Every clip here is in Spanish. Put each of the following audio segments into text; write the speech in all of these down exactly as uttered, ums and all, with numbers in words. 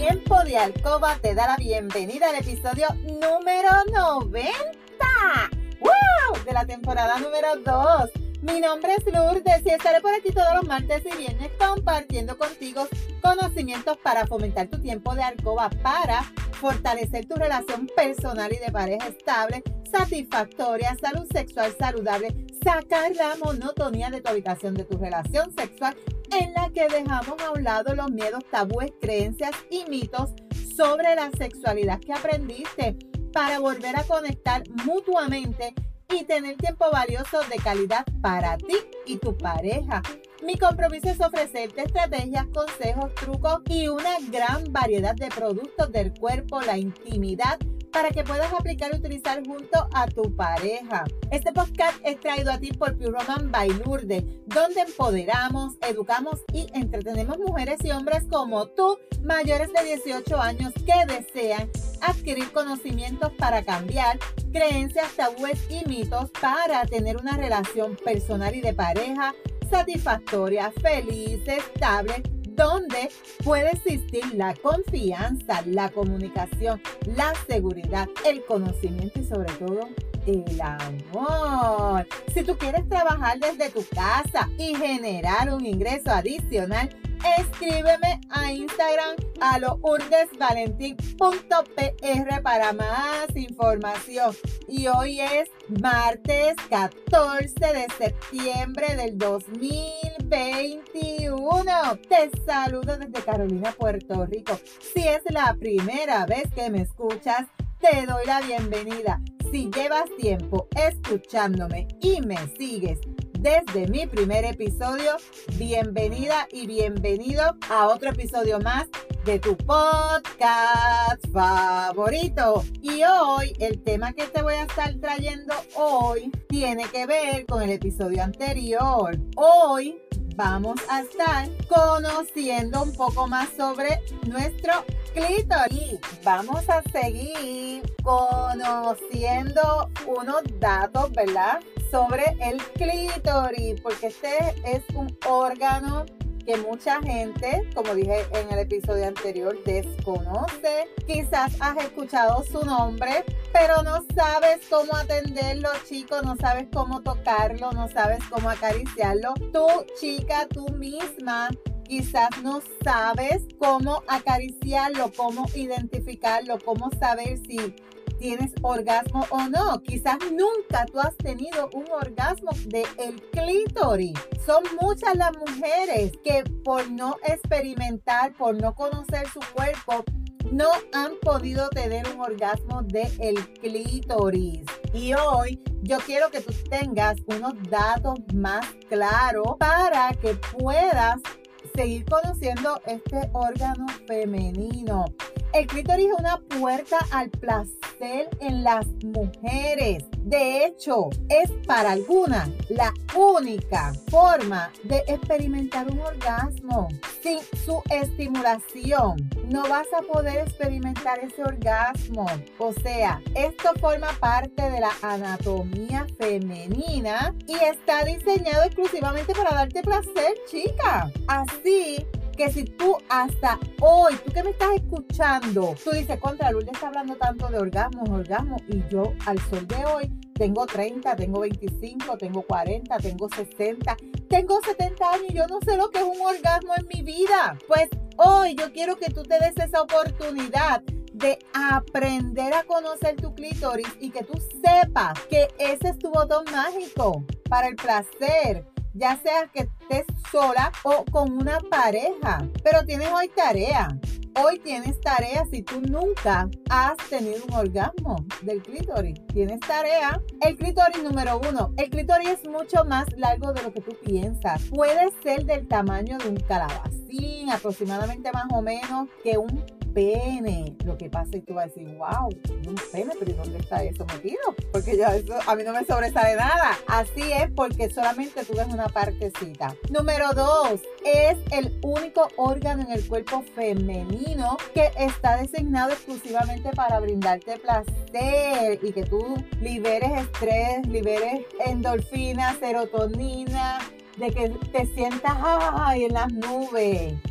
Tiempo de Alcoba te da la bienvenida al episodio número noventa. ¡Wow! De la temporada número dos. Mi nombre es Lourdes y estaré por aquí todos los martes y viernes compartiendo contigo conocimientos para fomentar tu tiempo de alcoba, para fortalecer tu relación personal y de pareja estable, satisfactoria, salud sexual saludable, sacar la monotonía de tu habitación de tu relación sexual, en la que dejamos a un lado los miedos, tabúes, creencias y mitos sobre la sexualidad que aprendiste, para volver a conectar mutuamente y tener tiempo valioso de calidad para ti y tu pareja. Mi compromiso es ofrecerte estrategias, consejos, trucos y una gran variedad de productos del cuerpo, la intimidad, para que puedas aplicar y utilizar junto a tu pareja. Este podcast es traído a ti por Pure Romance by Lourdes, donde empoderamos, educamos y entretenemos mujeres y hombres como tú, mayores de dieciocho años, que desean adquirir conocimientos para cambiar creencias, tabúes y mitos, para tener una relación personal y de pareja satisfactoria, feliz, estable, donde puede existir la confianza, la comunicación, la seguridad, el conocimiento y sobre todo el amor. Si tú quieres trabajar desde tu casa y generar un ingreso adicional, escríbeme a Instagram a lourdesvalentin punto p r para más información. Y hoy es martes catorce de septiembre del dos mil veintiuno. Te saludo desde Carolina, Puerto Rico. Si es la primera vez que me escuchas, te doy la bienvenida. Si llevas tiempo escuchándome y me sigues desde mi primer episodio, bienvenida y bienvenido a otro episodio más de tu podcast favorito. Y hoy, el tema que te voy a estar trayendo hoy tiene que ver con el episodio anterior. Hoy vamos a estar conociendo un poco más sobre nuestro clítoris. Vamos a seguir conociendo unos datos, ¿verdad?, sobre el clítoris, porque este es un órgano que mucha gente, como dije en el episodio anterior, desconoce. Quizás has escuchado su nombre, pero no sabes cómo atenderlo, chico, no sabes cómo tocarlo, no sabes cómo acariciarlo. Tú, chica, tú misma, quizás no sabes cómo acariciarlo, cómo identificarlo, cómo saber si tienes orgasmo o no. Quizás nunca tú has tenido un orgasmo del clítoris. Son muchas las mujeres que por no experimentar, por no conocer su cuerpo, no han podido tener un orgasmo del clítoris. Y hoy yo quiero que tú tengas unos datos más claros para que puedas seguir conociendo este órgano femenino. El clítoris es una puerta al placer en las mujeres. De hecho, es para algunas la única forma de experimentar un orgasmo. Sin su estimulación, no vas a poder experimentar ese orgasmo. O sea, esto forma parte de la anatomía femenina y está diseñado exclusivamente para darte placer, chica. Así que si tú hasta hoy, tú que me estás escuchando, tú dices, contra, Lourdes está hablando tanto de orgasmos, orgasmos, y yo al sol de hoy tengo treinta, tengo veinticinco, tengo cuarenta, tengo sesenta, tengo setenta años y yo no sé lo que es un orgasmo en mi vida. Pues hoy yo quiero que tú te des esa oportunidad de aprender a conocer tu clítoris y que tú sepas que ese es tu botón mágico para el placer, ya sea que estés sola o con una pareja. Pero tienes hoy tarea. Hoy tienes tarea si tú nunca has tenido un orgasmo del clítoris. Tienes tarea. El clítoris número uno. El clítoris es mucho más largo de lo que tú piensas. Puede ser del tamaño de un calabacín, aproximadamente más o menos que un pene. Lo que pasa es que tú vas a decir, wow, un pene, pero ¿y dónde está eso metido? Porque yo, eso, a mí no me sobresale nada. Así es, porque solamente tú ves una partecita. Número dos, es el único órgano en el cuerpo femenino que está designado exclusivamente para brindarte placer y que tú liberes estrés, liberes endorfina, serotonina, de que te sientas ay, en las nubes.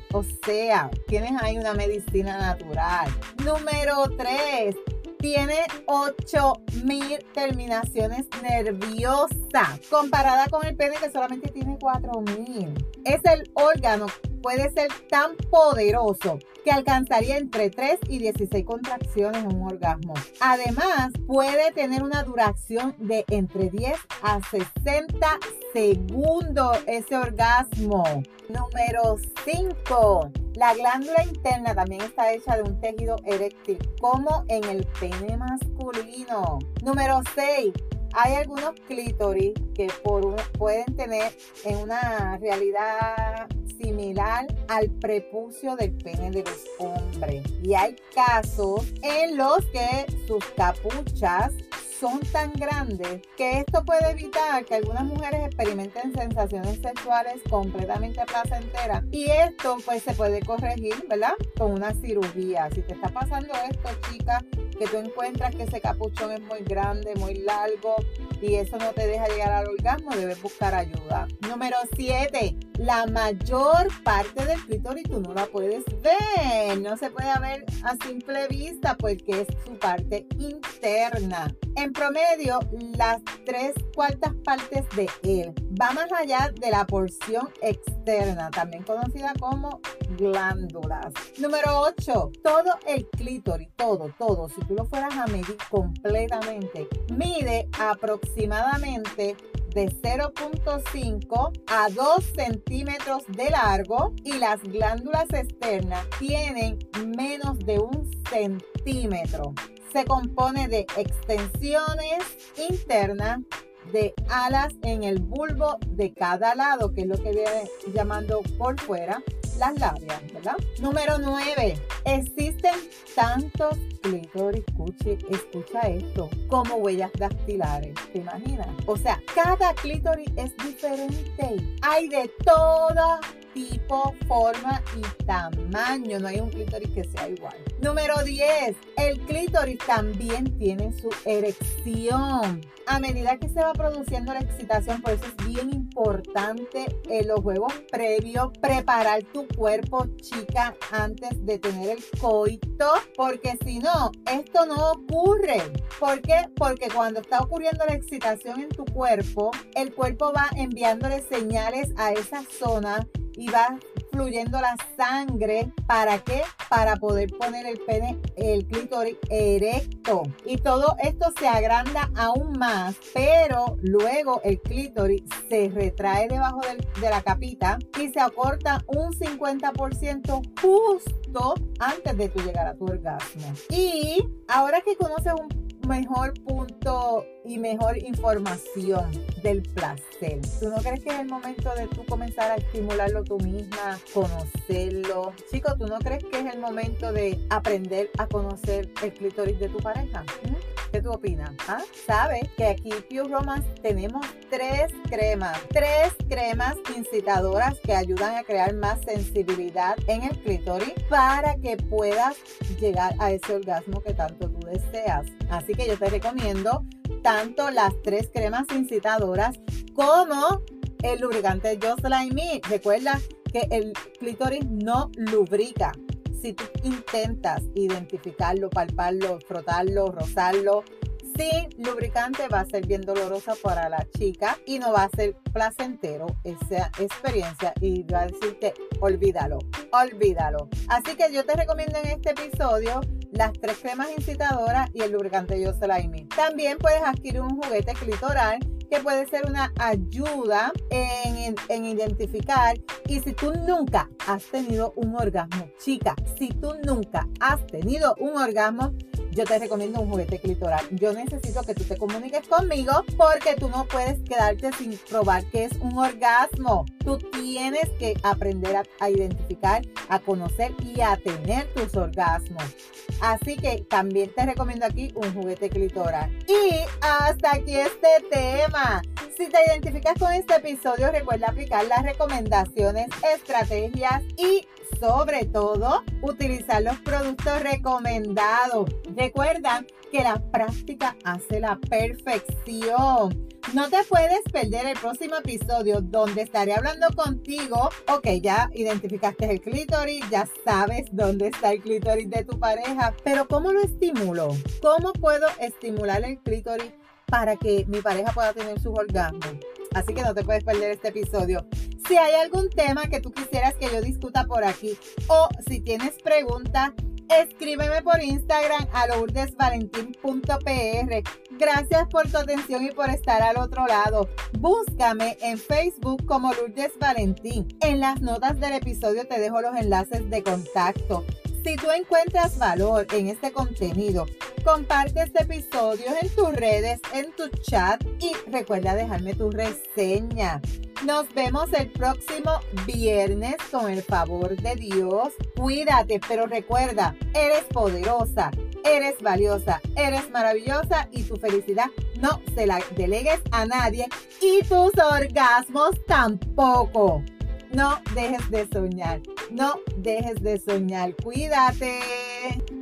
O sea, tienes ahí una medicina natural. Número tres. Tiene ocho mil terminaciones nerviosas, comparada con el pene que solamente tiene cuatro mil. Es el órgano, puede ser tan poderoso que alcanzaría entre tres y dieciséis contracciones en un orgasmo. Además, puede tener una duración de entre diez a sesenta segundos ese orgasmo. Número cinco. La glándula interna también está hecha de un tejido eréctil, como en el pene masculino. Número seis. Hay algunos clítoris que por un, pueden tener en una realidad similar al prepucio del pene de los hombres. Y hay casos en los que sus capuchas son tan grandes que esto puede evitar que algunas mujeres experimenten sensaciones sexuales completamente placenteras. Y esto pues se puede corregir, ¿verdad? Con una cirugía. Si te está pasando esto, chica, que tú encuentras que ese capuchón es muy grande, muy largo y eso no te deja llegar al orgasmo, debes buscar ayuda. Número siete. La mayor parte del clítoris tú no la puedes ver. No se puede ver a simple vista porque es su parte interna. En promedio, las tres cuartas partes de él va más allá de la porción externa, también conocida como glándulas. Número ocho. Todo el clítoris, todo, todo, si tú lo fueras a medir completamente, mide aproximadamente de cero punto cinco a dos centímetros de largo y las glándulas externas tienen menos de un centímetro. Se compone de extensiones internas, de alas en el bulbo de cada lado, que es lo que viene llamando por fuera las labias, ¿verdad? Número nueve. Existen tantos clítoris, escuche, escucha esto, como huellas dactilares. ¿Te imaginas? O sea, cada clítoris es diferente. Hay de todo tipo, forma y tamaño. No hay un clítoris que sea igual. Número diez. El clítoris también tiene su erección. A medida que se va produciendo la excitación, por eso es bien importante en los juegos previos preparar tu cuerpo, chica, antes de tener el coito, porque si no, esto no ocurre. ¿Por qué? Porque cuando está ocurriendo la excitación en tu cuerpo, el cuerpo va enviándole señales a esa zona y va fluyendo la sangre. ¿Para qué? Para poder poner el pene, el clítoris erecto. Y todo esto se agranda aún más, pero luego el clítoris se retrae debajo del, de la capita y se acorta un cincuenta por ciento justo antes de tu llegar a tu orgasmo. Y ahora que conoces un mejor punto y mejor información del placer, ¿tú no crees que es el momento de tú comenzar a estimularlo tú misma, conocerlo? Chico, ¿tú no crees que es el momento de aprender a conocer el clítoris de tu pareja? ¿Mm? ¿Qué tú opinas? ¿Ah? ¿Sabes que aquí Pure Romance tenemos tres cremas? Tres cremas incitadoras que ayudan a crear más sensibilidad en el clítoris para que puedas llegar a ese orgasmo que tanto tú deseas. Así que yo te recomiendo tanto las tres cremas incitadoras como el lubricante Just Like Me. Recuerda que el clítoris no lubrica. Si tú intentas identificarlo, palparlo, frotarlo, rozarlo sin lubricante, va a ser bien dolorosa para la chica y no va a ser placentero esa experiencia y va a decirte olvídalo, olvídalo. Así que yo te recomiendo en este episodio las tres cremas incitadoras y el lubricante Just Like Me. También puedes adquirir un juguete clitoral que puede ser una ayuda en, en, en identificar. Y si tú nunca has tenido un orgasmo, chica, si tú nunca has tenido un orgasmo, yo te recomiendo un juguete clitoral. Yo necesito que tú te comuniques conmigo porque tú no puedes quedarte sin probar qué es un orgasmo. Tú tienes que aprender a, a identificar, a conocer y a tener tus orgasmos. Así que también te recomiendo aquí un juguete clitoral. Y hasta aquí este tema. Si te identificas con este episodio, recuerda aplicar las recomendaciones, estrategias y sobre todo utilizar los productos recomendados. Recuerda que la práctica hace la perfección. No te puedes perder el próximo episodio donde estaré hablando contigo. Ok, ya identificaste el clítoris, ya sabes dónde está el clítoris de tu pareja, pero ¿cómo lo estimulo? ¿Cómo puedo estimular el clítoris para que mi pareja pueda tener sus orgasmos? Así que no te puedes perder este episodio. Si hay algún tema que tú quisieras que yo discuta por aquí o si tienes preguntas, escríbeme por Instagram a lourdes valentín punto p r. Gracias por tu atención y por estar al otro lado. Búscame en Facebook como Lourdes Valentín. En las notas del episodio te dejo los enlaces de contacto. Si tú encuentras valor en este contenido, comparte este episodio en tus redes, en tu chat y recuerda dejarme tu reseña. Nos vemos el próximo viernes con el favor de Dios. Cuídate, pero recuerda, eres poderosa, eres valiosa, eres maravillosa y tu felicidad no se la delegues a nadie y tus orgasmos tampoco. No dejes de soñar, no dejes de soñar. Cuídate.